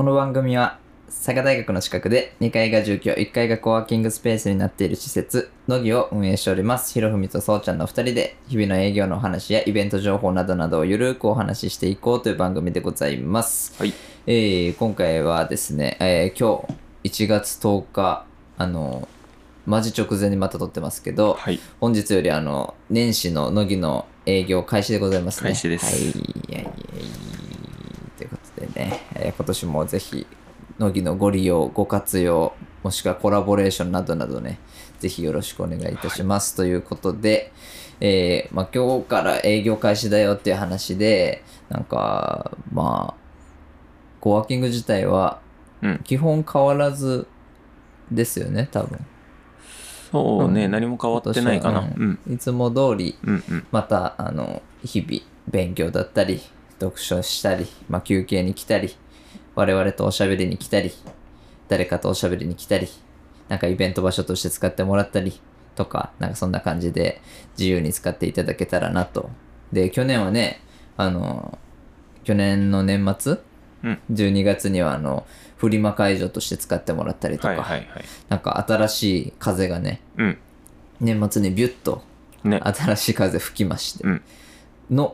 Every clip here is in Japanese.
この番組は佐賀大学の近くで2階が住居、1階がコワーキングスペースになっている施設、乃木を運営しております。ひろふみとそうちゃんの2人で日々の営業のお話やイベント情報などなどをゆるくお話ししていこうという番組でございます。 はい。 今回はですね、今日1月10日、マジ直前にまた撮ってますけど、 はい。 本日より年始の乃木の営業開始でございますね。 開始です。 はい。ということでね、今年もぜひ乃木のご利用、ご活用、もしくはコラボレーションなどなどね、ぜひよろしくお願いいたします。ということで、今日から営業開始だよっていう話で、なんか、コワーキング自体は基本変わらずですよね、多分。 そうね、何も変わってないかな。 いつも通り、 うん。 また日々勉強だったり読書したり、休憩に来たり、我々とおしゃべりに来たり、誰かとおしゃべりに来たり、なんかイベント場所として使ってもらったりとか、なんかそんな感じで自由に使っていただけたらなと。で、去年はね、去年の年末、12月にはフリマ会場として使ってもらったりとか、なんか新しい風がね、年末にビュッと新しい風吹きまして、の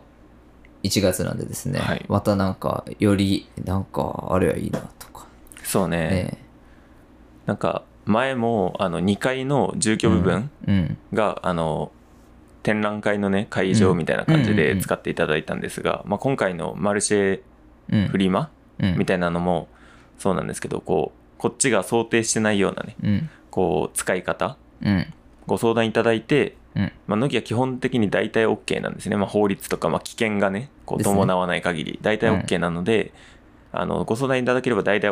1月なんでですね、またなんかよりなんかあれはいいなとか。 そうね。なんか前も2階の住居部分が展覧会のね会場みたいな感じで使っていただいたんですが、今回のマルシェフリマみたいなのもそうなんですけど、こっちが想定してないようなね、使い方、ご相談いただいて、乃木は基本的に大体 OK なんですね。法律とか危険がね伴わない限り大体 OK なので、ご相談いただければ大体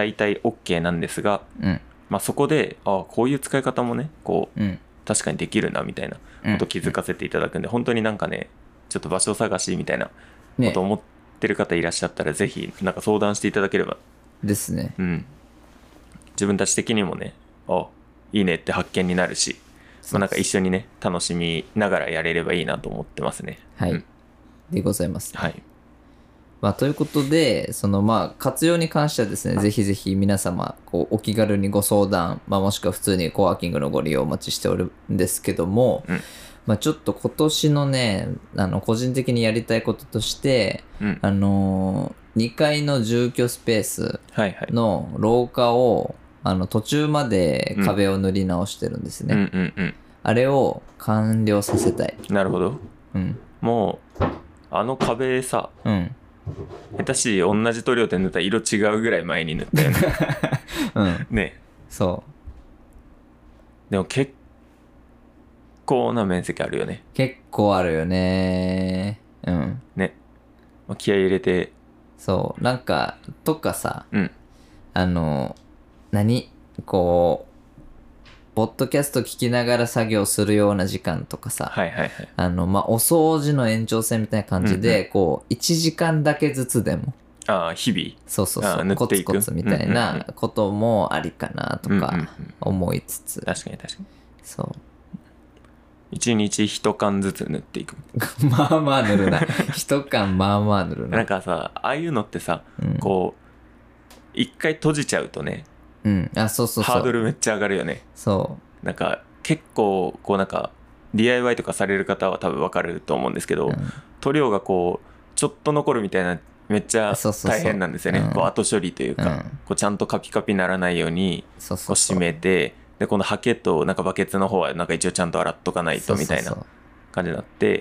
OK なんですが、そこでこういう使い方もね確かにできるなみたいなことを気づかせていただくんで、本当になんかねちょっと場所探しみたいなことを思ってる方いらっしゃったら、ぜひなんか相談していただければですね。 自分たち的にもねいいねって発見になるし、なんか一緒にね楽しみながらやれればいいなと思ってますね。 はい、でございます、ね。 はい。 ということで、活用に関してはですね、ぜひぜひ皆様お気軽にご相談、もしくは普通にコワーキングのご利用お待ちしておるんですけども、ちょっと今年のね個人的にやりたいこととして、2階の住居スペースの廊下を途中まで壁を塗り直してるんですね。あれを完了させたい。 なるほど。もう壁さ、下手し同じ塗料で塗ったら色違うぐらい前に塗ったよね。ね。 そう。 でも結構な面積あるよね。 結構あるよね。 ね。気合い入れて。 そう。なんかとかさ、ポッドキャスト聞きながら作業するような時間とかさ、お掃除の延長線みたいな感じで、1時間だけずつでも、 日々 そうコツコツみたいなこともありかなとか思いつつ、 確かにそう 1日1缶ずつ塗っていく。 まあまあ塗るな1缶まあまあ塗るな。 なんかさ、ああいうのってさ、一回閉じちゃうとね、 そうハードルめっちゃ上がるよね。なんか結構なんか DIY とかされる方は多分分かると思うんですけど、塗料がちょっと残るみたいなめっちゃ大変なんですよね。後処理というか、ちゃんとカピカピならないように締めて、でこのハケとなんかバケツの方はなんか一応ちゃんと洗っとかないとみたいな感じになって、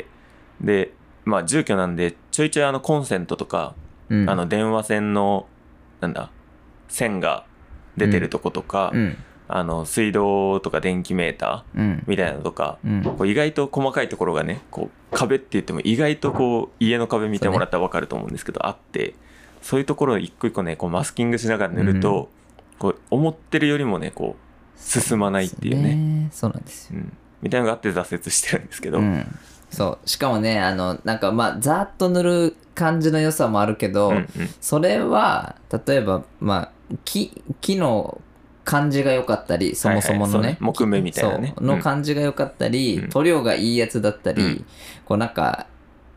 で住居なんでちょいちょいコンセントとか、電話線の線が出てるとことか、水道とか電気メーターみたいなのとか、意外と細かいところがね壁って言っても意外と家の壁見てもらったら分かると思うんですけど、あって、そういうところを一個一個ねマスキングしながら塗ると、思ってるよりもね進まないっていうね。 そうなんですよ、 みたいなのがあって挫折してるんですけど、 そうしかもねなんかざーっと塗る感じの良さもあるけど、それは例えば木の感じが良かったり、そもそものね、 木目みたいなねの感じが良かったり、塗料がいいやつだったり、なんか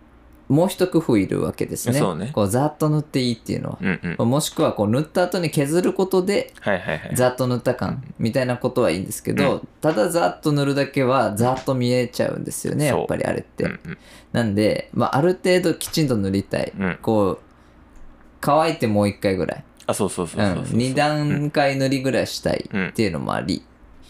もう一工夫いるわけですね。 そうね。 こうざっと塗っていいっていうのは。 うんうん。 もしくはこう塗った後に削ることで、 はいはいはい。 ざっと塗った感みたいなことはいいんですけど、ただざっと塗るだけはざっと見えちゃうんですよね、やっぱりあれって。なんで、まあ、ある程度きちんと塗りたい。こう、乾いてもう一回ぐらい。 あ、そうそうそうそうそう。 2段階塗りぐらいしたいっていうのもあり、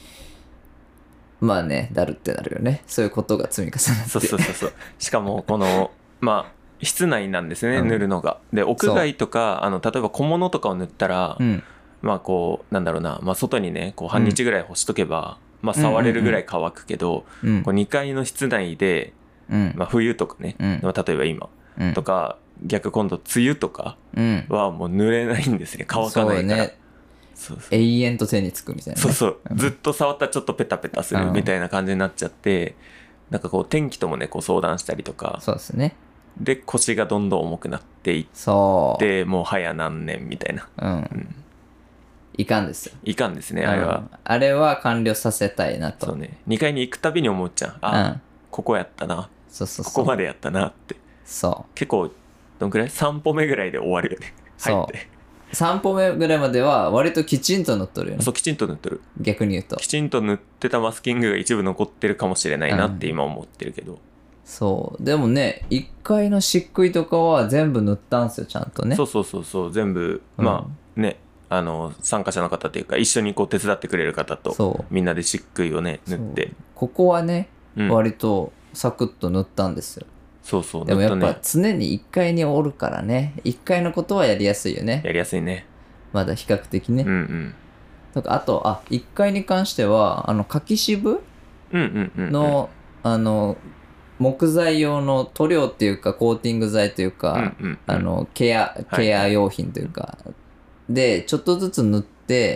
まあね、だるってなるよね。そういうことが積み重なって。 そうそうそうそう。しかも、この、まあ、室内なんですね、塗るのが。で、屋外とか、例えば小物とかを塗ったら、まあこう、なんだろうな、まあ外にね、こう半日ぐらい干しとけば、まあ触れるぐらい乾くけど、こう2階の室内で、まあ冬とかね、例えば今とか、逆今度梅雨とかはもう濡れないんですね、乾かないから。 そうね、永遠と手につくみたいな、ね、 そうそう、ずっと触ったらちょっとペタペタするみたいな感じになっちゃって、なんかこう天気ともねこう相談したりとか、 そうですね、 で腰がどんどん重くなっていって、もう早何年みたいな、 いかんですよ。 いかんですね、あれは。 あれは完了させたいなと。 そうね、2階に行くたびに思っちゃう。ここやったな、ここまでやったなって。そう結構どんくらい3歩目ぐらいで終わるよね。 入って3歩目ぐらいまでは割ときちんと塗っとるよね。 そう、きちんと塗っとる。 逆に言うときちんと塗ってたマスキングが一部残ってるかもしれないなって今思ってるけど、 そうでもね、1階の漆喰とかは全部塗ったんすよ、ちゃんとね。 そうそうそうそう、全部、まあね、参加者の方っていうか一緒にこう手伝ってくれる方とみんなで漆喰をね塗って、 ここはね、割とサクッと塗ったんですよ。 そうそう、 でもやっぱ常に1階におるからね、1階のことはやりやすいよね。 やりやすいね、 まだ比較的ね。とかあと1階に関しては柿渋の木材用の塗料っていうかコーティング剤というか、ケア用品というか、でちょっとずつ塗って、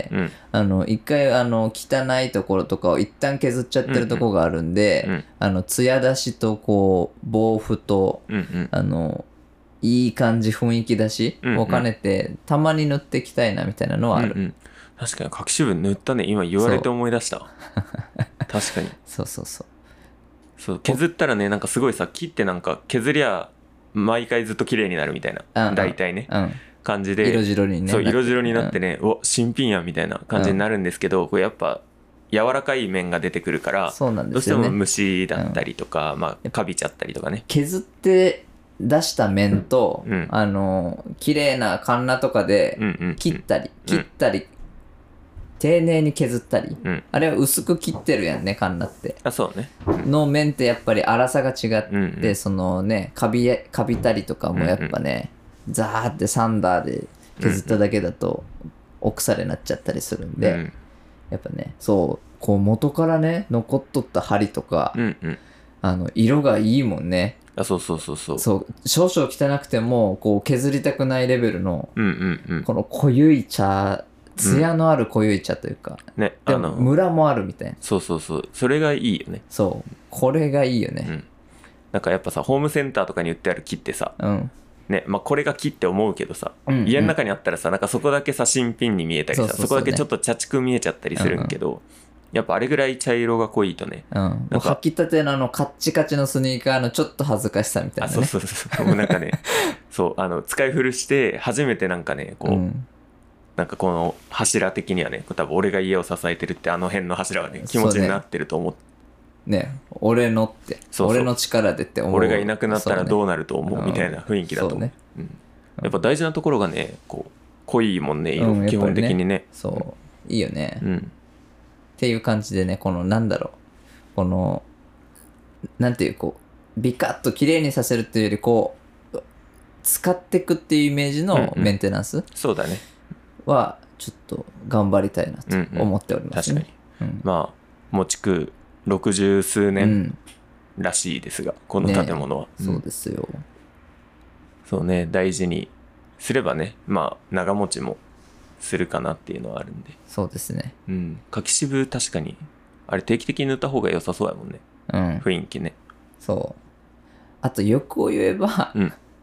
一回汚いところとかを一旦削っちゃってるところがあるんで、艶出しとこう防腐と、いい感じ雰囲気出しを兼ねて、たまに塗っていきたいなみたいなのはある。 確かに柿渋塗ったね、今言われて思い出した。確かに。そう削ったらね、なんかすごいさ、木ってなんか削りゃ毎回ずっと綺麗になるみたいな、大体ね、感じで色白にね、 そう色白になってね、新品やみたいな感じになるんですけど、これやっぱ柔らかい面が出てくるから、 そうなんどうしても虫だったりとか、まあカビちゃったりとかね、 削って出した面と、綺麗なカンナとかで切ったり、丁寧に削ったり、あれは薄く切ってるやんね、カンナって。 そうね。 の面ってやっぱり粗さが違って、そのね、カビたりとかもやっぱね、ザーってサンダーで削っただけだと、お腐れになっちゃったりするんで、やっぱね、そう、こう元からね、残っとった針とか、色がいいもんね。 そうそうそうそう。 そう、少々汚くても、こう削りたくないレベルの、この濃ゆい茶、艶のある濃ゆい茶というか、 ね、 でもムラもあるみたいな。 そうそうそう、それがいいよね。 そう、これがいいよね。 なんかやっぱさ、ホームセンターとかに売ってある木ってさ、ね、まあこれが木って思うけどさ、家の中にあったらさ、なんかそこだけさ新品に見えたりさ、そこだけちょっと茶畜見えちゃったりするんけど、やっぱあれぐらい茶色が濃いとね、 履きたてのカッチカチのスニーカーのちょっと恥ずかしさみたいなね。 そうそうそう、もうなんかね、そう使い古して初めてなんかね、こう、なんかこの柱的にはね、多分俺が家を支えてるって辺の柱はね、気持ちになってると思って。 ね、俺のって、俺の力でって思う。 俺がいなくなったらどうなると思うみたいな雰囲気だと思う。やっぱ大事なところがね、こう濃いもんね、色、基本的にね。 そう、いいよね。っていう感じでね、このなんだろう、このなんていう、こうビカッと綺麗にさせるっていうより、こう使っていくっていうイメージのメンテナンス、 そうだね、 はちょっと頑張りたいなと思っておりますね。 確かに、まあもう築60数年らしいですが、この建物は、 そうですよ。 そうね、大事にすればね、まあ長持ちもするかなっていうのはあるんで。 そうですね。 柿渋確かにあれ定期的に塗った方が良さそうやもんね。雰囲気ね。 そう。あと欲を言えば、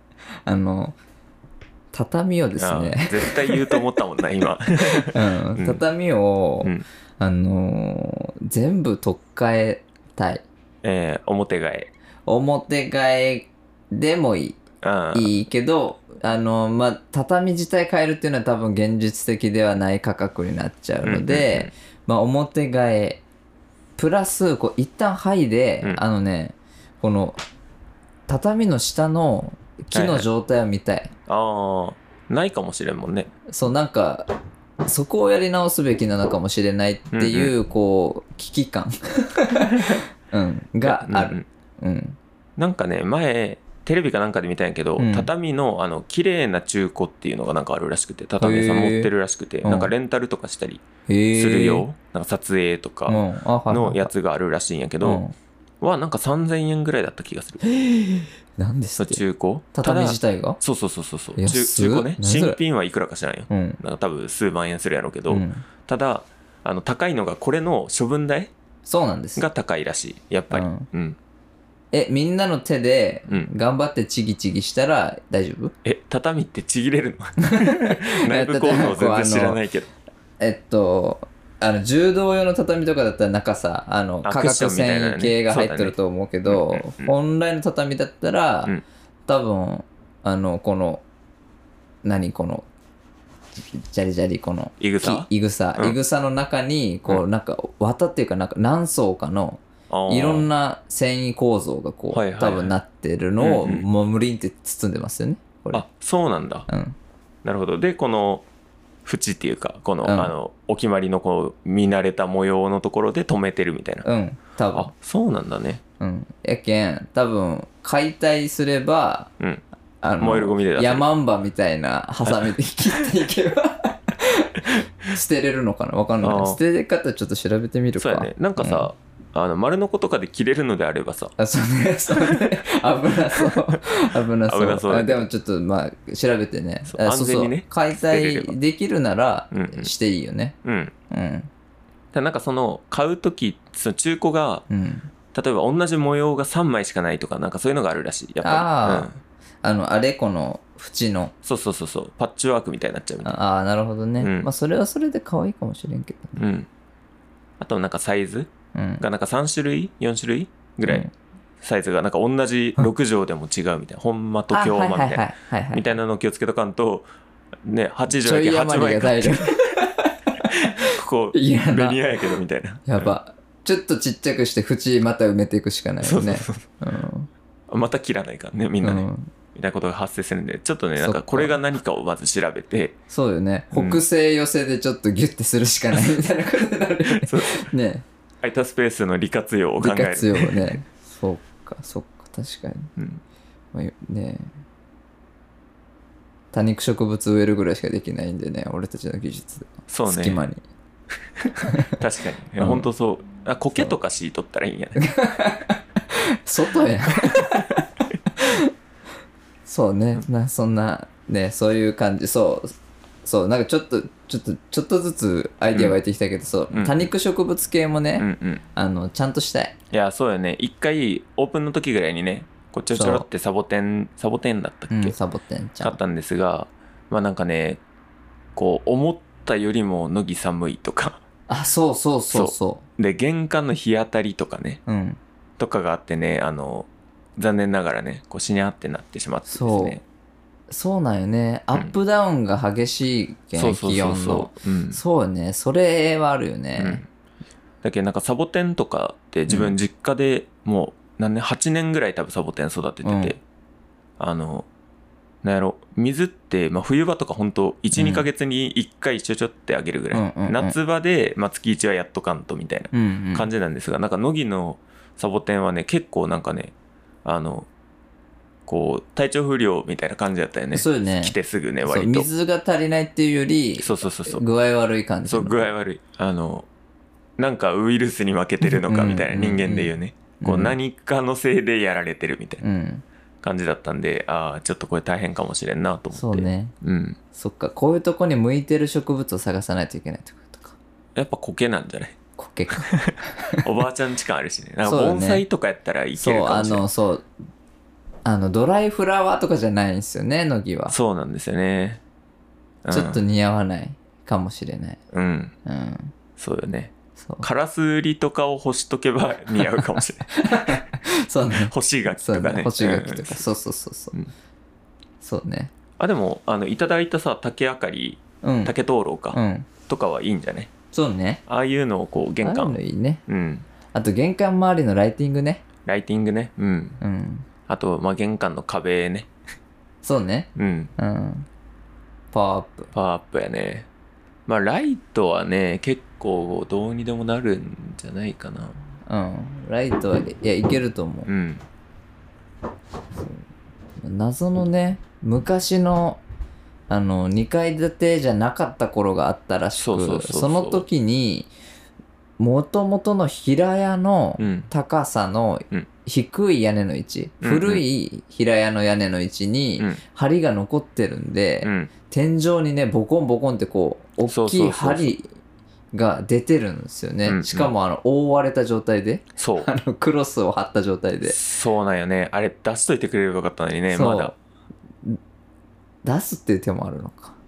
畳をですね。 絶対言うと思ったもんな今。 畳を、全部取っ替えたい。 表替え。 表替えでもいいけど、まあ、畳自体変えるっていうのは多分現実的ではない価格になっちゃうので、まあ、表替えプラスこう一旦剥いで、この畳の下の木の状態を見たい。 ないかもしれんもんね。 そう、なんかそこをやり直すべきなのかもしれないっていう、こう危機感がある。 なんかね、前テレビかなんかで見たんやけど、畳の綺麗な中古っていうのがなんかあるらしくて、畳屋さん持ってるらしくて、なんかレンタルとかしたりするよ、なんか撮影とかのやつがあるらしいんやけど、なんか3000円ぐらいだった気がする。 なんですって中古畳自体が？ そう中古ね。新品はいくらか知らんよ。なんか多分数万円するやろうけど、ただ高いのがこれの処分代が高いらしい、やっぱり。 みんなの手で頑張ってちぎちぎしたら大丈夫？ 畳ってちぎれるの？内部構造全然知らないけど。 柔道用の畳とかだったら中さ、化学繊維系が入ってると思うけど、本来の畳だったら、多分、このジャリジャリ、このいぐさの中に、こう、なんか、綿っていうか、なんか何層かの、いろんな繊維構造がこう、多分なってるのを、もう無理って包んでますよね。 そうなんだ。なるほど。で、この、縁っていうかこの、お決まりのこう見慣れた模様のところで止めてるみたいな。 多分。 そうなんだね。 やけん多分解体すれば、 燃えるゴミでヤマンバみたいなハサミで切っていけば捨てれるのかな、わかんない。捨て方ちょっと調べてみるか。 そうやね。なんかさ、丸のことかで切れるのであればさ、 そうね危なそうでもちょっとまあ調べてね、 安全にね、 解体できるならしていいよね。 なんかその買う時、その中古が、例えば同じ模様が3枚しかないとか、なんかそういうのがあるらしい、やっぱり。あれこの縁のそうパッチワークみたいになっちゃうみたいな。 なるほどね。まあそれはそれで可愛いかもしれんけどね。 あとなんかサイズがなんか3種類4種類ぐらいサイズがなんか同じ6畳でも違うみたいな、ほんまと京間みたいなのを気をつけとかんとね、8畳やけ8枚買ってここベニヤやけどみたいな。 やば、ちょっとちっちゃくして縁また埋めていくしかないよね。 また切らないからね、みんなね、みたいなことが発生するんで、ちょっとね、なんかこれが何かをまず調べて、 そうよね、北西寄せでちょっとギュッてするしかないみたいなことになるよね。 空いたスペースの利活用を考える。利活用ね。そっか確かに。ね、多肉植物植えるぐらいしかできないんでね、俺たちの技術で。 そうね。 隙間に。 確かに。本当そう。苔とか敷いとったらいいんやね。 外や。そうね。そんなね、そういう感じ。そうなんかちょっとずつアイディア湧いてきたけど、多肉植物系もね、ちゃんとしたい。 いや、そうよね。一回オープンの時ぐらいにね、こうちょろってサボテンだったっけ、 サボテンちゃん買ったんですが、まあなんかね、こう思ったよりも脱ぎ寒いとか、 そうで玄関の日当たりとかね、とかがあってね、残念ながらね、こうしにゃってなってしまってですね。 そうなんよね。アップダウンが激しいけん、気温の。そうね。それはあるよね。 だけどなんかサボテンとかって自分実家でもう8年ぐらい多分サボテン育ててて、なんやろ、水って、まあ、冬場とかほんと 1,2 ヶ月に1回ちょってあげるぐらい。夏場で、まあ、月1はやっとかんとみたいな感じなんですが、なんか乃木のサボテンはね、結構なんかね、こう体調不良みたいな感じだったよね。 そうよね。 来てすぐね、割と。 水が足りないっていうより、具合悪い感じ。 具合悪い。なんかウイルスに負けてるのかみたいな、人間で言うね。こう何かのせいでやられてるみたいな感じだったんで、ちょっとこれ大変かもしれんなと思って。 そうね。そっか、こういうとこに向いてる植物を探さないといけないってことか。 やっぱ苔なんじゃない？ 苔か。 おばあちゃんち感あるしね。なんか盆栽とかやったらいけるかもしれない。 ドライフラワーとかじゃないんですよね、乃木は。 そうなんですよね。 ちょっと似合わないかもしれない。 そうよね。カラスウリとかを干しとけば似合うかもしれない。 そうね。 干し柿とかね。 干し柿とか、そうそうそうそう。そうね。 でもいただいたさ竹あかり、竹灯籠か、とかはいいんじゃね。 そうね。 ああいうのをこう玄関。 ああいうのいいね。 うん。 あと玄関周りのライティングね。 ライティングね。うん。あと玄関の壁ね。 そうね。パワーアップ。 パワーアップやね。ライトはね結構どうにでもなるんじゃないかな。 ライトはいけると思う。謎のね昔の2階建てじゃなかった頃があったらしく、その時にもともとの平屋の高さの低い屋根の位置、古い平屋の屋根の位置に梁が残ってるんで、天井にねボコンボコンってこう大きい梁が出てるんですよね。しかも覆われた状態で、クロスを貼った状態で。 そうなんよね。あれ出しといてくれればよかったのにね。まだ出すっていう手もあるのか。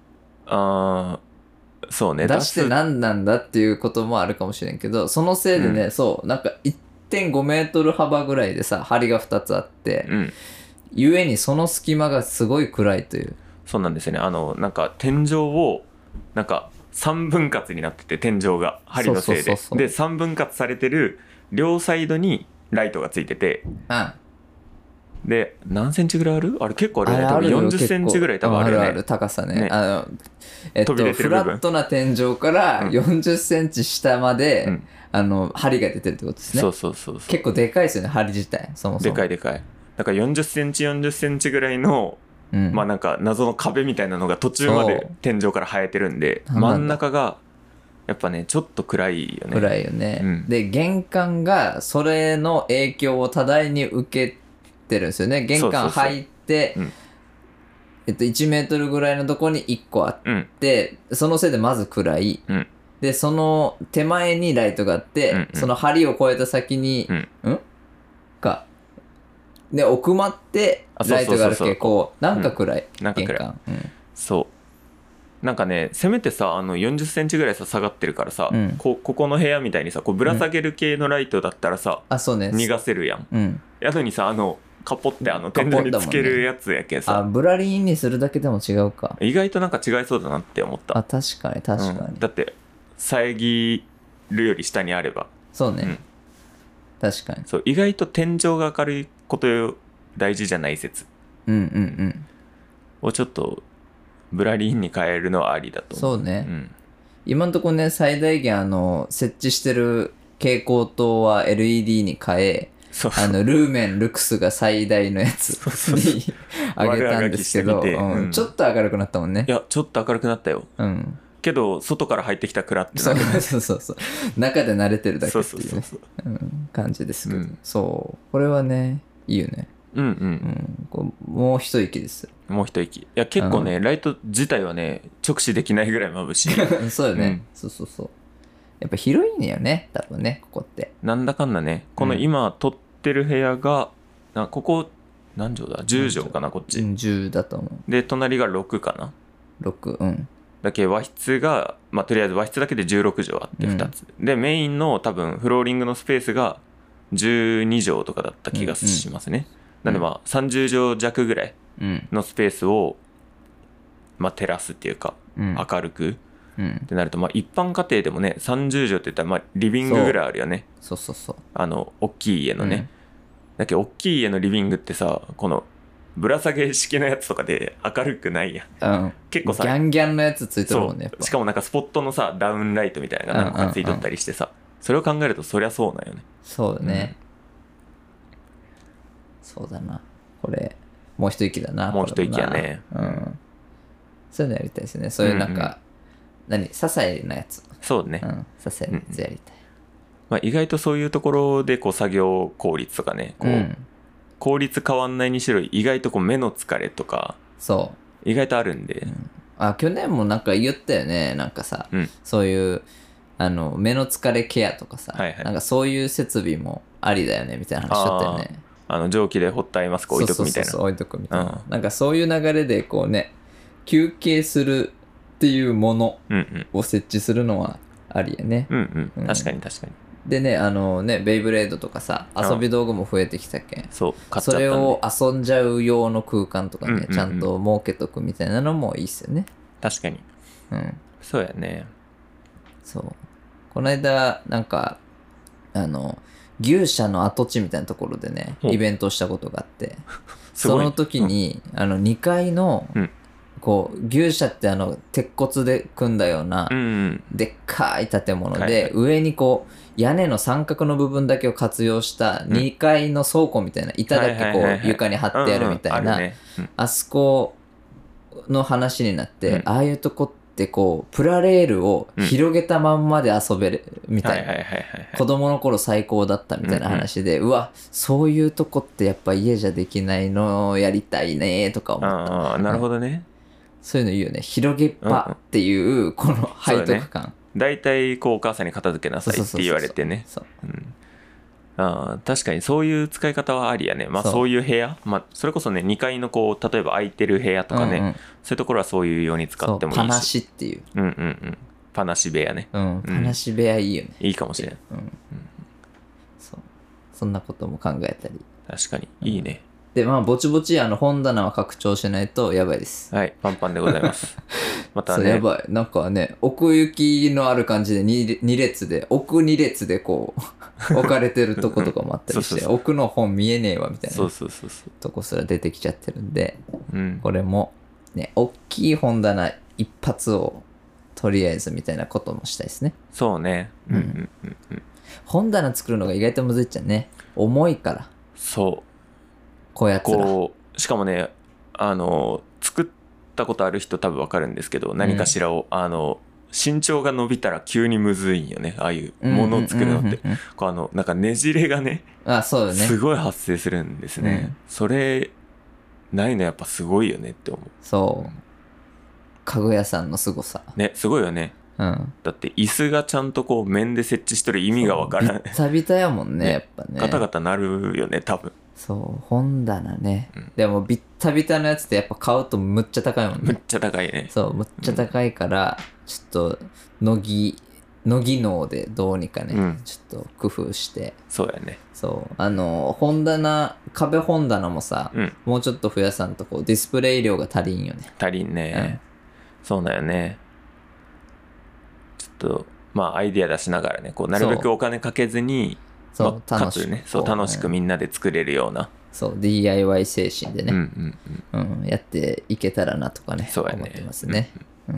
そうね。 出して何なんだっていうこともあるかもしれんけど、そのせいでね、なんか1.5 メートル幅ぐらいでさ梁が2つあって、ゆえにその隙間がすごい暗いという。 そうなんですよね。なんか天井をなんか3分割になってて、天井が梁のせいでで3分割されてる両サイドにライトがついてて、で何センチぐらいある？あれ結構あるよね。多分40センチぐらい多分あるよね。 ある高さね。飛び出てる部分、フラットな天井から40センチ下まで、梁が出てるってことですね。 そう結構でかいですよね、梁自体。そもそもでかい。だから40センチ40センチぐらいの、なんか謎の壁みたいなのが途中まで天井から生えてるんで、真ん中がやっぱねちょっと暗いよね。 暗いよね。で玄関がそれの影響を多大に受けてるんですよね。玄関入って1メートルぐらいのとこに1個あって、そのせいでまず暗い、でその手前にライトがあって、その梁を越えた先にで奥まってライトがあるけこうなんか暗い、 なんか暗い、そうなんかね、せめてさ40センチぐらいさ下がってるからさ、ここの部屋みたいにさこうぶら下げる系のライトだったらさ、逃がせるやん。やのにさカポって天井につけるやつやけさ、 ブラリンにするだけでも違うか。 意外となんか違いそうだなって思った。 確かに、 だって遮るより下にあれば。 そうね、確かに。 そう意外と天井が明るいこと大事じゃない説をちょっとブラリンに変えるのはありだと思う。 そうね、今のところね最大限設置してる蛍光灯は LED に変え、ルーメンルクスが最大のやつにあげたんですけど、ちょっと明るくなったもんね。 いやちょっと明るくなったよ。けど外から入ってきた蔵ってなる。 そう中で慣れてるだけっていうね感じですけど、そうこれはねいいよね。もう一息です。 もう一息。いや結構ね、ライト自体はね直視できないぐらい眩しい。 そうよね、そうやっぱ広いんだよね多分ね、ここってなんだかんだね。この今撮ってる部屋がここ何畳だ、10畳かな、こっち 10だと思う。 で隣が6かな、 6。 だけ和室がとりあえず和室だけで16畳あって2つ、でメインの多分フローリングのスペースが12畳とかだった気がしますね。なんで30畳弱ぐらいのスペースを照らすっていうか、明るくってなると、一般家庭でもね30畳って言ったらリビングぐらいあるよね。 そう大きい家のね、だけど大きい家のリビングってさこのぶら下げ式のやつとかで明るくないやん。結構さギャンギャンのやつついてるもんね。やっぱしかもなんかスポットのさダウンライトみたいなのがなんかついとったりしてさ、それを考えるとそりゃそうなんよね。 そうだね、そうだな。これもう一息だな。 もう一息やね。 そういうのやりたいですね。そういうなんか、些細なやつ。 そうね、 些細なやつやりたい。 意外とそういうところでこう作業効率とかね効率変わんないにしろ意外とこう目の疲れとか意外とあるんで、 去年もなんか言ったよね。なんかさ、そういう目の疲れケアとかさ、なんかそういう設備もありだよねみたいな話しちゃったよね。 蒸気でホットアイマスク置いとくみたいな。 置いとくみたいな、なんかそういう流れでこうね休憩するっていうものを設置するのはありやね。 確かにでね、ベイブレードとかさ、遊び道具も増えてきたけん。 そう、買っちゃったんで。 それを遊んじゃう用の空間とかね、 うんうんうんちゃんと設けとくみたいなのもいいっすよね。 確かに。 うん。 そうやね。 そう。この間、なんか、牛舎の跡地みたいなところでね、 ほうイベントをしたことがあって、 すごいその時に、2階の、 うんこう、牛舎って鉄骨で組んだようなう、ん。 でっかい建物で、 はいはい上にこう、屋根の三角の部分だけを活用した2階の倉庫みたいな、板だけこはいはいはいはいう床に貼ってあるみたいな、 あるね。 あそこの話になって、 うんああいうとこってこう、プラレールを広げたまんまで遊べるみたいな。子供の頃最高だったみたいな話で、うわ、そういうとこってやっぱ家じゃできないのをやりたいねとか思った。 ああ、なるほどね。 そういうのいいよね。広げっぱっていう、この背徳感。 大体こうお母さんに片付けなさいって言われてね。確かにそういう使い方はありやね。まあそういう部屋、まあそれこそね2階のこう例えば空いてる部屋とかね、そういうところはそういうように使ってもいいし。 パナシっていう。 パナシ部屋ね。 パナシ部屋いいよね。 いいかもしれん。 そう。そんなことも考えたり。 確かにいいね。 で、まあ、ぼちぼち、本棚は拡張しないとやばいです。 はい、パンパンでございます。またね。 そう、やばい。なんかね、奥行きのある感じで2列で、奥2列でこう、置かれてるとことかもあったりして、奥の本見えねえわ、みたいな。とこすら出てきちゃってるんで、これも、ね、大きい本棚一発を、とりあえずみたいなこともしたいですね。 そうね。 本棚作るのが意外とむずいっちゃね。重いから。 そう。 こうやつら。 しかもね、作ったことある人多分わかるんですけど、何かしらを、身長が伸びたら急にむずいんよね。ああいうものを作るのって。なんかねじれがね、 そうよね。 すごい発生するんですね。それ、ないのやっぱすごいよねって思う。 そう。家具屋さんの凄さ。 ね、すごいよね。だって椅子がちゃんとこう面で設置してる意味がわからない。 ビッタビタやもんね、やっぱね。 ガタガタなるよね、多分。 そう、本棚ね。でもビッタビタのやつってやっぱ買うとむっちゃ高いもんね。 むっちゃ高いね。 そう、むっちゃ高いから、ちょっと、乃木能でどうにかね、ちょっと工夫して。 そうやね。 そう、本棚、壁本棚もさ、もうちょっと増やさんとこう、ディスプレイ量が足りんよね。 足りんね。そうだよね。ちょっと、まあアイディア出しながらね、こう、なるべくお金かけずに、かつね、楽しくみんなで作れるような。 そう、DIY 精神でね、やっていけたらなとかね、思ってますね。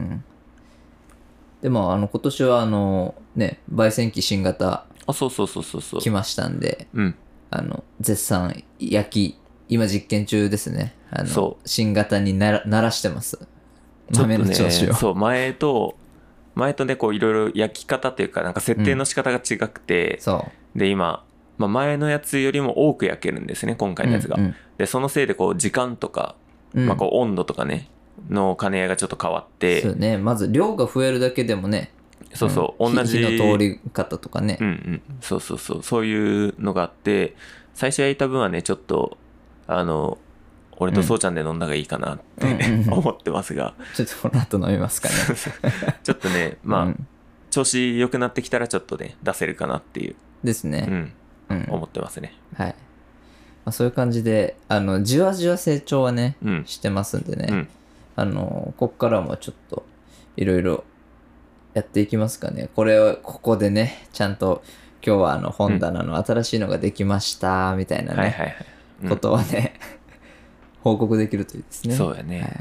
でも、今年は焙煎機新型、来ましたんで、絶賛今実験中ですね。新型に慣らしてます。豆の調子を。 そう、前とね、こういろいろ焼き方というか、なんか設定の仕方が違くて、で、今、前のやつよりも多く焼けるんですね、今回のやつが。で、そのせいでこう時間とか、こう温度とかね、の兼ね合いがちょっと変わって。 そうね、まず量が増えるだけでもね、 同じ。 火の通り方とかね。 そういうのがあって、最初焼いた分はね、ちょっと、俺とそうちゃんで飲んだ方がいいかなって思ってますが。 ちょっとこの後飲みますかね。 ちょっとね、調子良くなってきたらちょっとね、出せるかなっていう。 ですね。 思ってますね。 はい。そういう感じで、じわじわ成長はね、してますんでね。こっからもちょっと、いろいろやっていきますかね。ここでね、ちゃんと、今日は本棚の新しいのができました、みたいなね、ことはね、報告できるといいですね。 そうやね。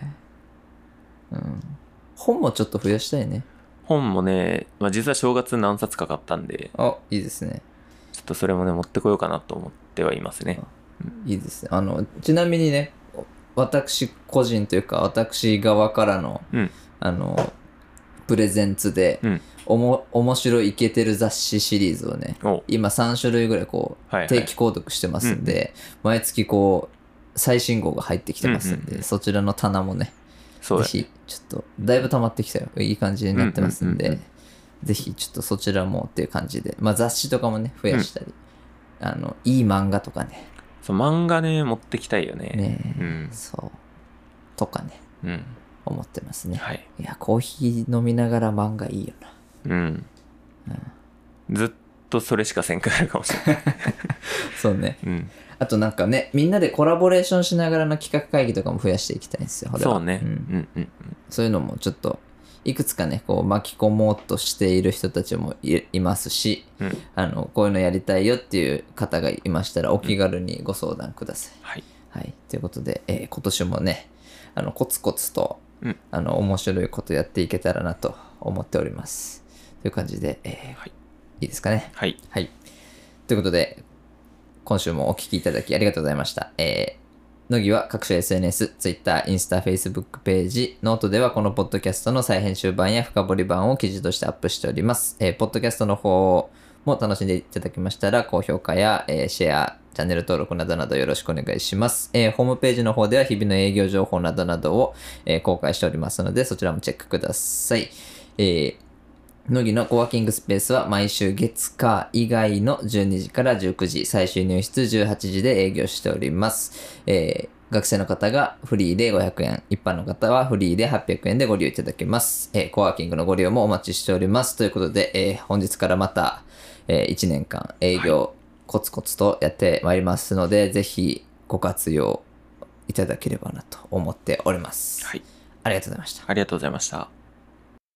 本もちょっと増やしたいね。 本もね、実は正月何冊か買ったんで。 いいですね。 ちょっとそれもね、持ってこようかなと思ってはいますね。 いいですね。ちなみにね、私個人というか、私側からの、プレゼンツで、面白いイケてる雑誌シリーズをね、今3種類ぐらいこう、定期購読してますんで、毎月こう、最新号が入ってきてますんで、そちらの棚もね、ぜひ、ちょっと、だいぶ溜まってきたよ。いい感じになってますんで、ぜひ、ちょっとそちらもっていう感じで、雑誌とかもね、増やしたり、いい漫画とかね。 そう、漫画ね、持ってきたいよね。 そう。とかね。思ってますね。いや、コーヒー飲みながら漫画いいよな。 ずっとそれしかせんくなるかもしれないそうね、 うん、 あとなんかね、みんなでコラボレーションしながらの企画会議とかも増やしていきたいんですよ。 そうね、 そういうのもちょっといくつかね、こう巻き込もうとしている人たちも いますし、こういうのやりたいよっていう方がいましたらお気軽にご相談ください。 はい。 はい。ということで、今年もね、コツコツと、面白いことやっていけたらなと思っております。という感じで、はい、いいですかね。 はい。 はい。ということで、今週もお聞きいただきありがとうございました。乃木は各種 SNS、Twitter、インスタ、Facebook ページ、ノートではこのポッドキャストの再編集版や深掘り版を記事としてアップしております。ポッドキャストの方も楽しんでいただけましたら、高評価や、シェア、チャンネル登録などなどよろしくお願いします。ホームページの方では日々の営業情報などなどを、公開しておりますので、そちらもチェックください。乃木のコワーキングスペースは毎週月火以外の12時から19時、最終入室18時で営業しております。学生の方がフリーで500円、一般の方はフリーで800円でご利用いただけます。コワーキングのご利用もお待ちしております。ということで、本日からまた、1年間営業コツコツとやってまいりますので、ぜひご活用いただければなと思っております。 はい。 ありがとうございました。 ありがとうございました。